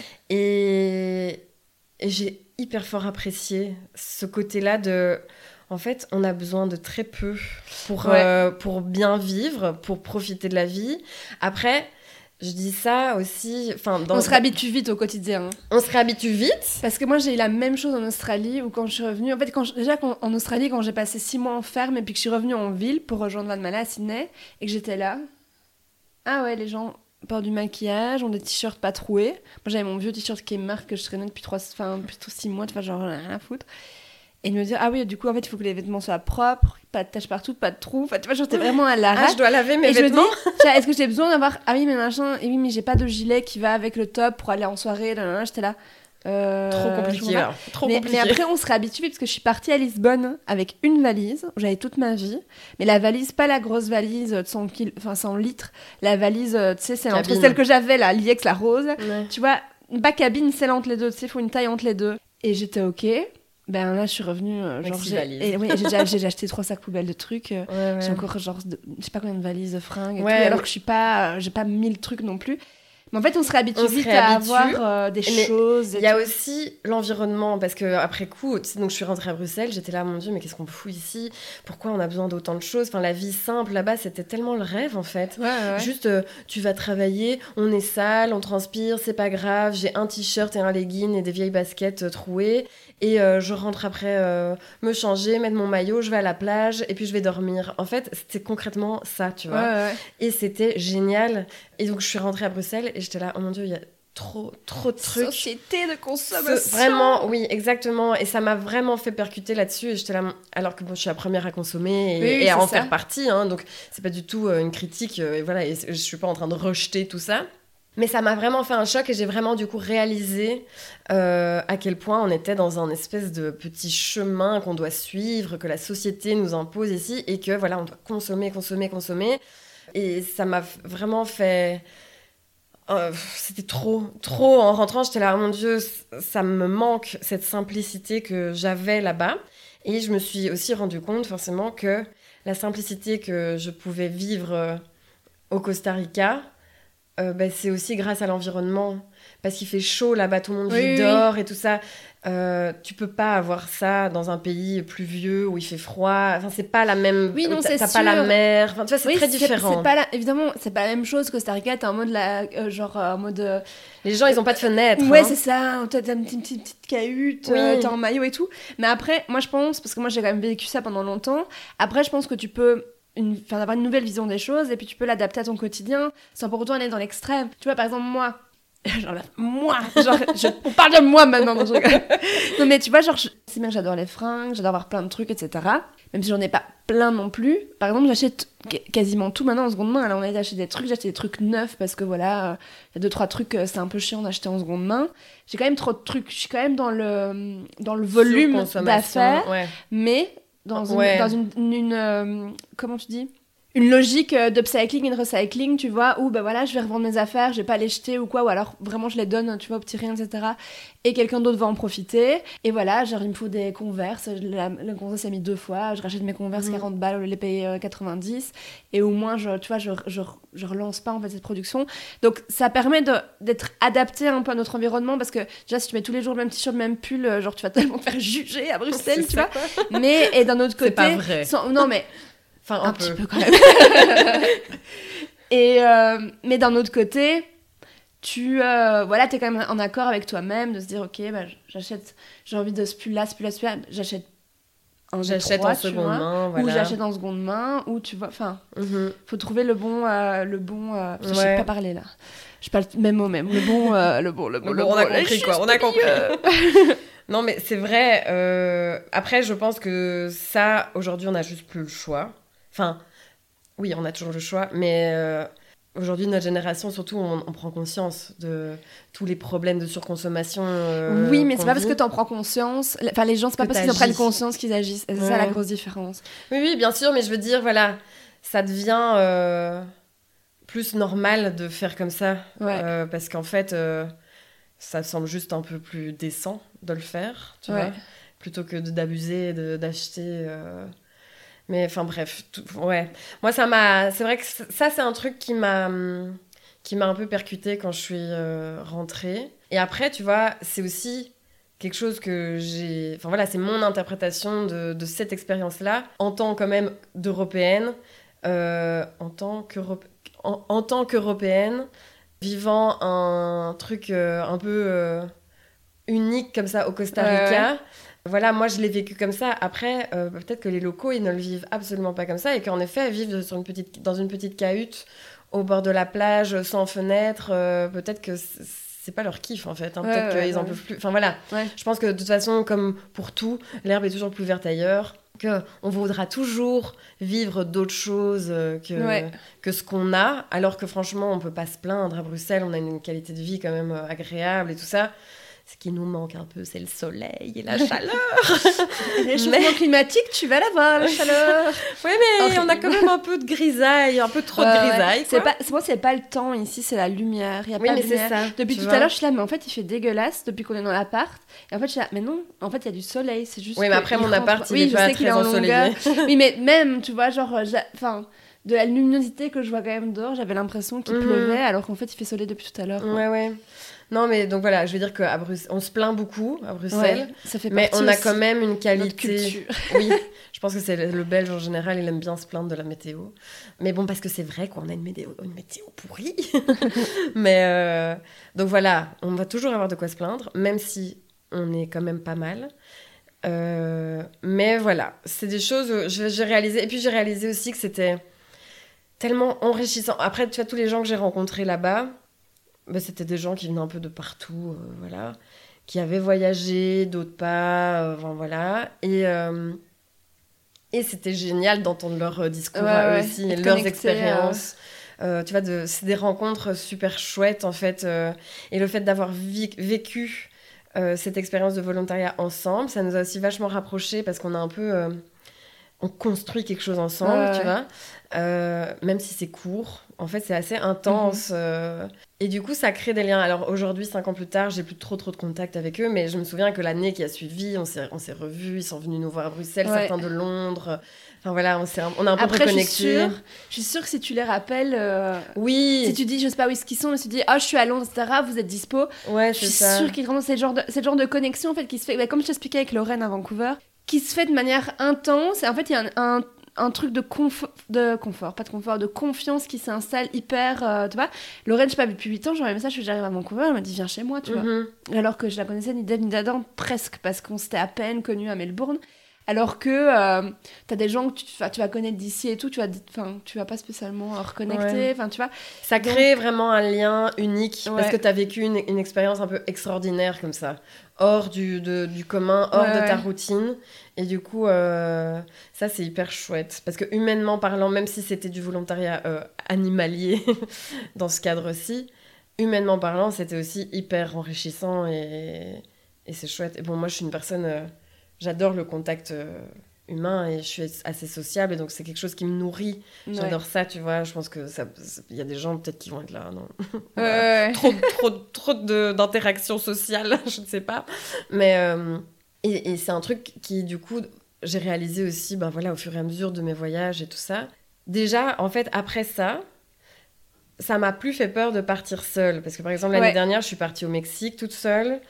Et, et j'ai hyper fort apprécié ce côté-là de... En fait, on a besoin de très peu pour, ouais. euh, pour bien vivre, pour profiter de la vie. Après, je dis ça aussi... Dans, on se réhabitue vite au quotidien. Hein. On se réhabitue vite. Parce que moi, j'ai eu la même chose en Australie, où quand je suis revenue... En fait, quand je, déjà, quand, en Australie, quand j'ai passé six mois en ferme, et puis que je suis revenue en ville pour rejoindre Vanmala à Sydney, et que j'étais là... Ah ouais, les gens portent du maquillage, ont des t-shirts pas troués. Moi, j'avais mon vieux t-shirt qui est marque que je traînais depuis trois, enfin, plutôt six mois, tu vois, genre rien à foutre. Et de me dire, ah oui, du coup, en fait, il faut que les vêtements soient propres, pas de taches partout, pas de trous. Enfin, tu vois, j'étais vraiment à l'arrache. Ah, je dois laver mes et vêtements. Je me dis, est-ce que j'ai besoin d'avoir... Ah oui, mais machin, et oui, mais j'ai pas de gilet qui va avec le top pour aller en soirée. Là, là, là. J'étais là... Euh, trop compliqué, alors. Trop mais, compliqué. Mais après, on se réhabitue parce que je suis partie à Lisbonne avec une valise où j'avais toute ma vie. Mais la valise, pas la grosse valise de cent, kil... enfin, cent litres. La valise, tu sais, c'est entre celle que j'avais, la Liex, la rose. Ouais. Tu vois, pas cabine, celle entre les deux. Tu sais, il faut une taille entre les deux. Et j'étais OK. Ben là, je suis revenue. Euh, genre, j'ai... Et, oui, j'ai, déjà, j'ai acheté trois sacs poubelles de trucs. Ouais, ouais. J'ai encore, genre, de... je sais pas combien de valises de fringues. Et ouais, tout, alors que je suis pas. Euh, j'ai pas mille trucs non plus. Mais en fait, on se réhabitue on vite se réhabitue, à avoir euh, des mais choses. Il y a aussi l'environnement, parce qu'après coup, tu sais, donc je suis rentrée à Bruxelles, j'étais là, mon Dieu, mais qu'est-ce qu'on fout ici ? Pourquoi on a besoin d'autant de choses ? Enfin, la vie simple, là-bas, c'était tellement le rêve, en fait. Ouais, ouais. Juste, euh, tu vas travailler, on est sale, on transpire, c'est pas grave, j'ai un t-shirt et un legging et des vieilles baskets euh, trouées, et euh, je rentre après euh, me changer, mettre mon maillot, je vais à la plage, et puis je vais dormir. En fait, c'était concrètement ça, tu vois. Ouais, ouais. Et c'était génial. Et donc, je suis rentrée à Bruxelles, et j'étais là, oh mon Dieu, il y a trop, trop de trucs. Société de consommation. Ce, vraiment, oui, exactement. Et ça m'a vraiment fait percuter là-dessus. Et j'étais là, alors que bon, je suis la première à consommer et, oui, et à en ça. faire partie. Hein, donc, c'est pas du tout euh, une critique. Euh, et voilà, et je suis pas en train de rejeter tout ça. Mais ça m'a vraiment fait un choc et j'ai vraiment du coup réalisé euh, à quel point on était dans un espèce de petit chemin qu'on doit suivre, que la société nous impose ici et que voilà, on doit consommer, consommer, consommer. Et ça m'a vraiment fait... euh, c'était trop, trop. En rentrant, j'étais là, oh mon Dieu, ça me manque, cette simplicité que j'avais là-bas. Et je me suis aussi rendu compte, forcément, que la simplicité que je pouvais vivre euh, au Costa Rica, euh, bah, c'est aussi grâce à l'environnement. Parce qu'il fait chaud là-bas, tout le monde oui, vit dehors oui. et tout ça. Euh, tu peux pas avoir ça dans un pays pluvieux où il fait froid. Enfin, c'est pas la même. Oui, non, t'as, c'est t'as sûr. pas la mer. Enfin, tu vois, c'est oui, très c'est, différent. C'est pas la... Évidemment, c'est pas la même chose. Costa Rica, t'es en mode la, euh, genre euh, en mode. Euh... Les gens, ils ont pas de fenêtre. Ouais, hein. c'est ça. T'as, t'as une petite, petite, petite cahute, Oui. euh, t'es en maillot et tout. Mais après, moi, je pense, parce que moi, j'ai quand même vécu ça pendant longtemps. Après, je pense que tu peux. Une, enfin, avoir une nouvelle vision des choses et puis tu peux l'adapter à ton quotidien sans pour autant aller dans l'extrême. Tu vois, par exemple, moi. Genre là, moi, genre, je, on parle de moi maintenant. Non, je non mais tu vois, genre, je, c'est bien que j'adore les fringues, j'adore avoir plein de trucs, et cetera. Même si j'en ai pas plein non plus. Par exemple, j'achète quasiment tout maintenant en seconde main. Là, on a acheté des trucs, j'ai acheté des trucs neufs parce que voilà, il euh, y a deux trois trucs, euh, c'est un peu chiant d'acheter en seconde main. J'ai quand même trop de trucs. Je suis quand même dans le dans le volume d'affaires, ouais. mais dans une, ouais. dans une, une, une euh, comment tu dis? Une logique d'upcycling et de recycling, tu vois, où ben voilà, je vais revendre mes affaires, je vais pas les jeter ou quoi, ou alors vraiment je les donne, tu vois, au petit rien, et cetera. Et quelqu'un d'autre va en profiter. Et voilà, genre il me faut des Converse, la, le Converse a mis deux fois, je rachète mes Converse mmh. quarante balles au lieu de les payer euh, quatre-vingt-dix. Et au moins, je, tu vois, je, je, je relance pas en fait cette production. Donc ça permet de, d'être adapté un peu à notre environnement, parce que déjà, si tu mets tous les jours le même t-shirt, le même pull, genre tu vas tellement te faire juger à Bruxelles, tu vois. Quoi. Mais, et d'un autre côté... C'est pas vrai. Sans, non, mais... Enfin, un, un petit peu. peu quand même. Et euh, mais d'un autre côté, tu euh, voilà, t'es quand même en accord avec toi-même de se dire ok, bah, j'achète, j'ai envie de ce pull-là, ce pull-là, ce pull-là, j'achète un j'achète trois, en seconde vois, main, voilà. Ou j'achète en seconde main, ou tu vois, enfin, mm-hmm. faut trouver le bon, euh, le bon. Euh, ouais. Je sais pas parler là. Je parle même mot même. Le bon, euh, le bon, le bon, le le bon. bon On a compris quoi. On a compris. Euh... non mais c'est vrai. Euh... Après, je pense que ça, aujourd'hui, on a juste plus le choix. Enfin. Oui, on a toujours le choix, mais euh, aujourd'hui, notre génération, surtout, on, on prend conscience de tous les problèmes de surconsommation. Euh, oui, mais c'est pas vit. parce que t'en prends conscience. Enfin, les gens, c'est pas que parce qu'ils en prennent conscience qu'ils agissent. C'est ouais. ça la grosse différence. Oui, oui, bien sûr, mais je veux dire, voilà, ça devient euh, plus normal de faire comme ça. Ouais. Euh, parce qu'en fait, euh, ça semble juste un peu plus décent de le faire, tu ouais. vois, plutôt que de, d'abuser, de, d'acheter. Euh... Mais enfin bref, tout, ouais. Moi, ça m'a... C'est vrai que ça, c'est un truc qui m'a, qui m'a un peu percuté quand je suis euh, rentrée. Et après, tu vois, c'est aussi quelque chose que j'ai... Enfin voilà, c'est mon interprétation de, de cette expérience-là, en tant quand même d'Européenne, euh, en tant qu'Europe... en, en tant qu'Européenne, vivant un truc euh, un peu euh, unique comme ça au Costa Rica... Ouais. Voilà, moi je l'ai vécu comme ça. Après, euh, peut-être que les locaux, ils ne le vivent absolument pas comme ça et qu'en effet, vivre sur une petite, dans une petite cahute au bord de la plage, sans fenêtre, euh, peut-être que c'est pas leur kiff en fait. Hein. Ouais, peut-être ouais, qu'ils ouais. en peuvent plus. Enfin voilà, ouais. Je pense que de toute façon, comme pour tout, l'herbe est toujours plus verte ailleurs. Qu'on voudra toujours vivre d'autres choses que, ouais. que ce qu'on a, alors que franchement, on peut pas se plaindre. À Bruxelles, on a une qualité de vie quand même agréable et tout ça. Ce qui nous manque un peu, c'est le soleil et la chaleur. Le réchauffement mais... climatique, tu vas l'avoir, la chaleur. Oui, mais okay. On a quand même un peu de grisaille, un peu trop euh, de grisaille. Ouais. C'est pas, c'est, moi, c'est pas le temps ici, c'est la lumière. Il y a oui, pas mais de lumière. C'est ça, depuis tout vois. À l'heure, je suis là, mais en fait, il fait dégueulasse depuis qu'on est dans l'appart. Et en fait, je suis là, mais non, en fait, il y a du soleil. C'est juste. Oui, mais après, mon rentre... appart, il oui, est je pas sais très qu'il est ensoleillé. Oui, mais même, tu vois, genre, enfin. De la luminosité que je vois quand même dehors, j'avais l'impression qu'il mmh. pleuvait, alors qu'en fait, il fait soleil depuis tout à l'heure. Quoi. Ouais, ouais. Non, mais donc voilà, je veux dire qu'à Bruxelles, on se plaint beaucoup à Bruxelles, ouais, ça fait mais on a quand aussi même une qualité. Oui, je je pense que c'est le Belge en général, il aime bien se plaindre de la météo. Mais bon, parce que c'est vrai qu'on a une météo, une météo pourrie. mais euh, donc voilà, on va toujours avoir de quoi se plaindre, même si on est quand même pas mal. Euh, mais voilà, c'est des choses que j'ai réalisées. Et puis j'ai réalisé aussi que c'était tellement enrichissant. Après, tu vois, tous les gens que j'ai rencontrés là-bas, bah, c'était des gens qui venaient un peu de partout, euh, voilà, qui avaient voyagé, d'autres pas, euh, enfin, voilà. Et, euh, et c'était génial d'entendre leur discours ouais, à eux ouais, aussi, et leurs expériences. Euh... Euh, tu vois, de, c'est des rencontres super chouettes, en fait. Euh, et le fait d'avoir vi- vécu euh, cette expérience de volontariat ensemble, ça nous a aussi vachement rapprochés parce qu'on a un peu... Euh, on construit quelque chose ensemble, ouais, tu ouais. vois. Euh, même si c'est court, En fait, c'est assez intense. Mmh. Euh... Et du coup, ça crée des liens. Alors aujourd'hui, cinq ans plus tard, j'ai plus trop trop de contact avec eux, mais je me souviens que l'année qui a suivi, on s'est, on s'est revus, ils sont venus nous voir à Bruxelles, ouais. certains de Londres. Enfin voilà, on, s'est, on a un peu Après, reconnecté. Je suis, sûre, je suis sûre que si tu les rappelles, euh, oui. si tu dis, je sais pas où ils sont, mais tu dis, ah, oh, je suis à Londres, et cetera, vous êtes dispo. Ouais, je c'est suis ça. sûre qu'ils vraiment, c'est le genre de, c'est le genre de connexion en fait qui se fait, bah, comme je t'expliquais avec Lorraine à Vancouver, qui se fait de manière intense. Et en fait, il y a un, un un truc de, conf- de confort, pas de confort, de confiance qui s'installe hyper, euh, tu vois. Lorraine, je sais pas, depuis huit ans, j'envoie un message, j'arrive à Vancouver, elle m'a dit, viens chez moi, tu mm-hmm. vois. Alors que je la connaissais ni d'Ève ni d'Adam, presque, parce qu'on s'était à peine connus à Melbourne. Alors que euh, t'as des gens que tu, tu vas connaître d'ici et tout, tu vas, tu vas pas spécialement reconnecter, enfin, ouais. tu vois. Ça Donc... crée vraiment un lien unique, ouais. parce que t'as vécu une, une expérience un peu extraordinaire comme ça, hors du, de, du commun, hors ouais, de ta ouais. routine. Et du coup, euh, ça, c'est hyper chouette. Parce que humainement parlant, même si c'était du volontariat euh, animalier dans ce cadre-ci, humainement parlant, c'était aussi hyper enrichissant et, et c'est chouette. Et bon, moi, je suis une personne... Euh, j'adore le contact euh, humain et je suis assez sociable. Et donc, c'est quelque chose qui me nourrit. Ouais. J'adore ça, tu vois. Je pense que ça... Il y a des gens peut-être qui vont être là, non ouais. Trop, trop, trop de, d'interactions sociales, je ne sais pas. Mais... Euh, Et, et c'est un truc qui, du coup, j'ai réalisé aussi ben voilà, au fur et à mesure de mes voyages et tout ça. Déjà, en fait, après ça, ça m'a plus fait peur de partir seule. Parce que, par exemple, l'année ouais. dernière, je suis partie au Mexique toute seule.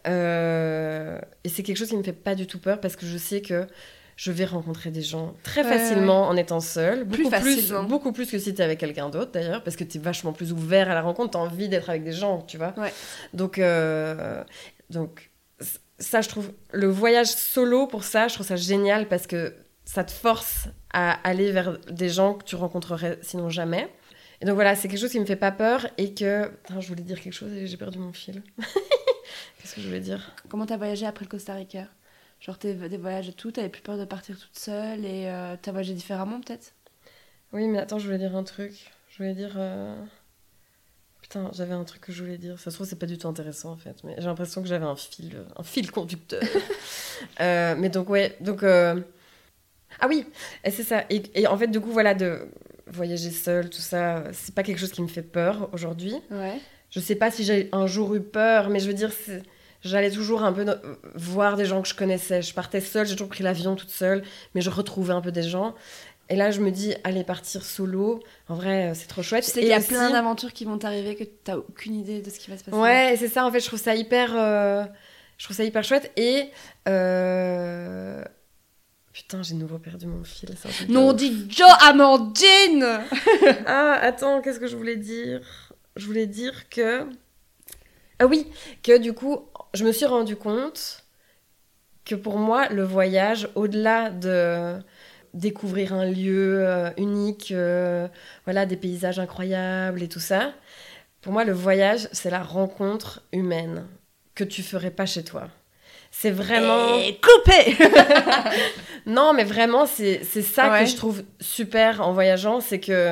Euh, et c'est quelque chose qui me fait pas du tout peur parce que je sais que je vais rencontrer des gens très ouais, facilement ouais. en étant seule. Beaucoup plus, plus, beaucoup plus que si t'es avec quelqu'un d'autre, d'ailleurs. Parce que t'es vachement plus ouvert à la rencontre. T'as envie d'être avec des gens, tu vois. Ouais. Donc... Euh, donc ça, je trouve, le voyage solo, pour ça, je trouve ça génial parce que ça te force à aller vers des gens que tu rencontrerais sinon jamais. Et donc voilà, c'est quelque chose qui me fait pas peur et que... Attends, je voulais dire quelque chose et j'ai perdu mon fil. Qu'est-ce que je voulais dire ? Comment t'as voyagé après le Costa Rica ? Genre tes, des voyages et tout, t'avais plus peur de partir toute seule et euh, t'as voyagé différemment peut-être ? Oui, mais attends, je voulais dire un truc. Je voulais dire... Euh... Putain, j'avais un truc que je voulais dire. Ça se trouve, c'est pas du tout intéressant, en fait. Mais j'ai l'impression que j'avais un fil, un fil conducteur. euh, mais donc, ouais. Donc, euh... Ah oui, et c'est ça. Et, et en fait, du coup, voilà, de voyager seule, tout ça, c'est pas quelque chose qui me fait peur aujourd'hui. Ouais. Je sais pas si j'ai un jour eu peur, mais je veux dire, c'est... j'allais toujours un peu no... voir des gens que je connaissais. Je partais seule, j'ai toujours pris l'avion toute seule, mais je retrouvais un peu des gens. Et là, je me dis, aller partir solo, en vrai, c'est trop chouette. Tu sais qu'il y a aussi... plein d'aventures qui vont t'arriver que t'as aucune idée de ce qui va se passer. Ouais, c'est ça, en fait, je trouve ça hyper, euh... je trouve ça hyper chouette. Et... Euh... Putain, j'ai de nouveau perdu mon fil. Non, dis Joe, Amandine. Ah, attends, qu'est-ce que je voulais dire ? Je voulais dire que... Ah oui, que du coup, je me suis rendu compte que pour moi, le voyage, au-delà de... découvrir un lieu euh, unique, euh, voilà, des paysages incroyables et tout ça. Pour moi, le voyage, c'est la rencontre humaine que tu ferais pas chez toi. C'est vraiment... Et coupé. Non, mais vraiment, c'est, c'est ça ouais. que je trouve super en voyageant, c'est que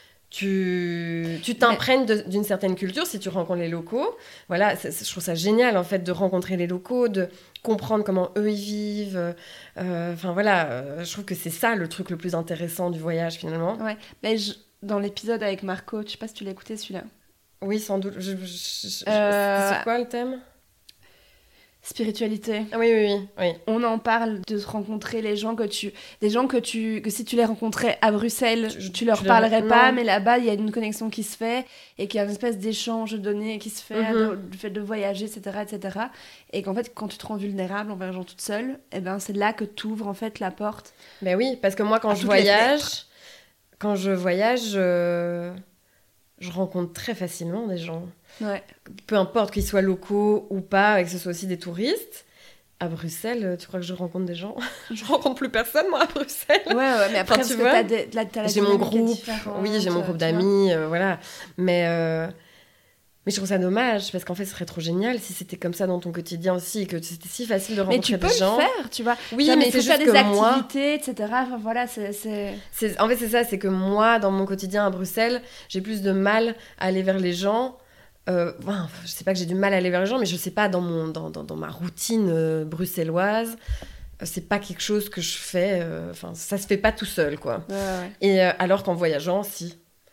tu, tu t'imprègnes de, d'une certaine culture si tu rencontres les locaux. Voilà, c'est, c'est, je trouve ça génial, en fait, de rencontrer les locaux, de comprendre comment eux, ils vivent. Enfin, euh, voilà, euh, je trouve que c'est ça, le truc le plus intéressant du voyage, finalement. Ouais, mais je, dans l'épisode avec Marco, je sais pas si tu l'as écouté, celui-là. Oui, sans doute. Je, je, je, euh... C'est quoi, le thème ? Spiritualité. Ah oui, oui, oui, oui. On en parle de rencontrer les gens que tu... Des gens que tu... Que si tu les rencontrais à Bruxelles, tu, tu leur tu parlerais leur... pas, non. Mais là-bas, il y a une connexion qui se fait et qu'il y a une espèce d'échange de données qui se fait, mm-hmm. du fait de voyager, et cetera, et cetera. Et qu'en fait, quand tu te rends vulnérable en voyageant toute seule, eh ben, c'est là que tu ouvres en fait la porte. Ben oui, parce que moi, quand je voyage, quand je voyage, je... je rencontre très facilement des gens. Ouais. Peu importe qu'ils soient locaux ou pas, et que ce soit aussi des touristes. À Bruxelles, tu crois que je rencontre des gens ? Je rencontre plus personne, moi, à Bruxelles. Ouais, ouais, mais après, enfin, tu vois, t'as des, la, t'as la j'ai mon groupe, oui, j'ai mon groupe d'amis, euh, voilà. Mais, euh, mais je trouve ça dommage, parce qu'en fait, ce serait trop génial si c'était comme ça dans ton quotidien aussi, et que c'était si facile de rencontrer des gens. Mais tu peux le faire, tu vois. Oui, genre, mais c'est juste juste des que activités, moi... et cetera. Enfin, voilà, c'est, c'est... c'est... En fait, c'est ça, c'est que moi, dans mon quotidien à Bruxelles, j'ai plus de mal à aller vers les gens. Euh, enfin, je sais pas que j'ai du mal à aller vers les gens, mais je sais pas, dans, mon, dans, dans, dans ma routine euh, bruxelloise, euh, c'est pas quelque chose que je fais, enfin, euh, ça se fait pas tout seul, quoi. Ouais, ouais. Et euh, alors qu'en voyageant, si. Ouais.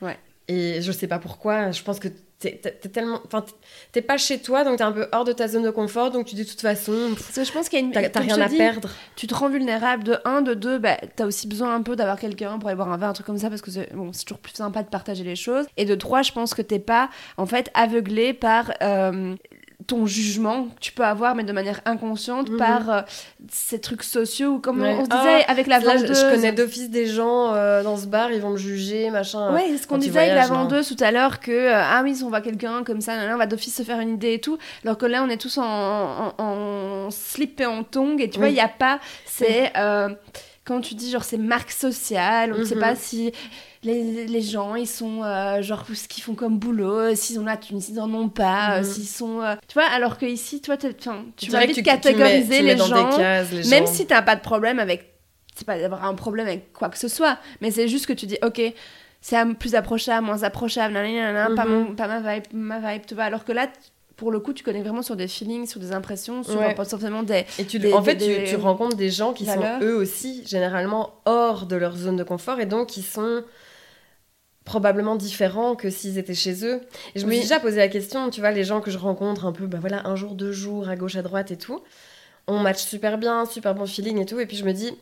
Et je sais pas pourquoi, je pense que t'es, t'es, t'es tellement... Enfin, t'es pas chez toi, donc t'es un peu hors de ta zone de confort, donc tu dis de toute façon... Parce que je pense qu'il y a une... T'as, t'as rien à dis, perdre. Tu te rends vulnérable, de un, de deux, bah, t'as aussi besoin un peu d'avoir quelqu'un pour aller boire un verre, un truc comme ça, parce que c'est, bon, c'est toujours plus sympa de partager les choses. Et de trois, je pense que t'es pas, en fait, aveuglé par... Euh, ton jugement que tu peux avoir, mais de manière inconsciente, mmh. par euh, ces trucs sociaux, ou comme ouais. on, on se disait ah, avec la vendeuse. Là, je connais d'office des gens euh, dans ce bar, ils vont me juger, machin. Ouais, c'est ce qu'on disait voyages, avec la vendeuse non. tout à l'heure, que, euh, ah oui, si on voit quelqu'un comme ça, on va d'office se faire une idée et tout, alors que là, on est tous en, en, en slip et en tongs, et tu oui. vois, il n'y a pas, c'est... Oui. Euh, quand tu dis, genre, c'est marque sociale, on ne mmh. sait pas si... Les, les gens, ils sont euh, genre ce qu'ils font comme boulot, s'ils ont la thune, s'ils en ont pas, mmh. euh, s'ils sont... Euh, tu vois, alors que ici, toi, tu vas vite tu, catégoriser tu mets, tu les, gens, cases, les gens, même si t'as pas de problème avec... C'est pas d'avoir un problème avec quoi que ce soit, mais c'est juste que tu dis, ok, c'est plus approchable, moins approchable, nanana, mmh. pas, mon, pas ma vibe, ma vibe, tu vois, alors que là... Pour le coup, tu connais vraiment sur des feelings, sur des impressions, sur ouais. potentiellement des... Et tu, des en fait, des, tu, tu rencontres des gens qui valeurs. sont eux aussi, généralement, hors de leur zone de confort, et donc qui sont probablement différents que s'ils étaient chez eux. Et je me oui. suis déjà posé la question, tu vois, les gens que je rencontre un peu, bah voilà, un jour, deux jours, à gauche, à droite et tout, on match super bien, super bon feeling et tout, et puis je me dis,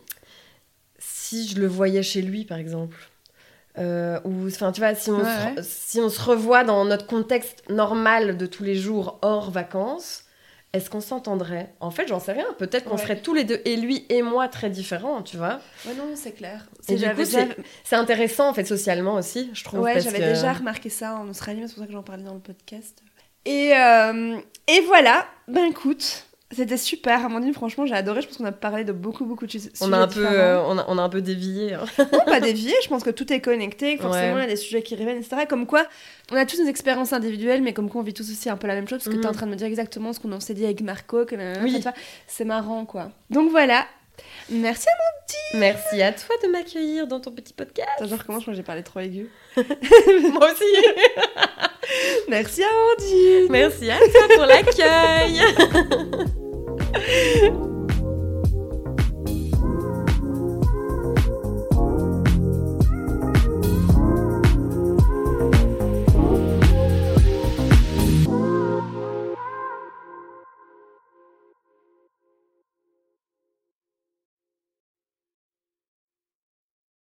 si je le voyais chez lui, par exemple... Euh, ou enfin tu vois si on, ouais, se, si on se revoit dans notre contexte normal de tous les jours hors vacances, est-ce qu'on s'entendrait? En fait, j'en sais rien. Peut-être qu'on ouais. serait tous les deux, et lui et moi, très différents, tu vois. Ouais, non, c'est clair. C'est, et du coup, déjà... c'est, c'est intéressant en fait socialement aussi, je trouve. Ouais, parce j'avais que... déjà remarqué ça en Australie, c'est pour ça que j'en parlais dans le podcast. Et euh, et voilà. Ben écoute. C'était super, Amandine, franchement j'ai adoré, je pense qu'on a parlé de beaucoup beaucoup de sujets on a un peu euh, on, a, on a un peu dévié. Hein. Non, pas dévié, je pense que tout est connecté, forcément ouais. il y a des sujets qui reviennent, et cetera. Comme quoi, on a tous nos expériences individuelles, mais comme quoi on vit tous aussi un peu la même chose, parce que mm-hmm. t'es en train de me dire exactement ce qu'on s'est dit avec Marco, que, oui. enfin, c'est marrant quoi. Donc voilà, merci Amandine. Merci à toi de m'accueillir dans ton petit podcast. Attends, je recommence, moi j'ai parlé trop aigu. Moi aussi. Merci Amandine. Merci à toi pour l'accueil.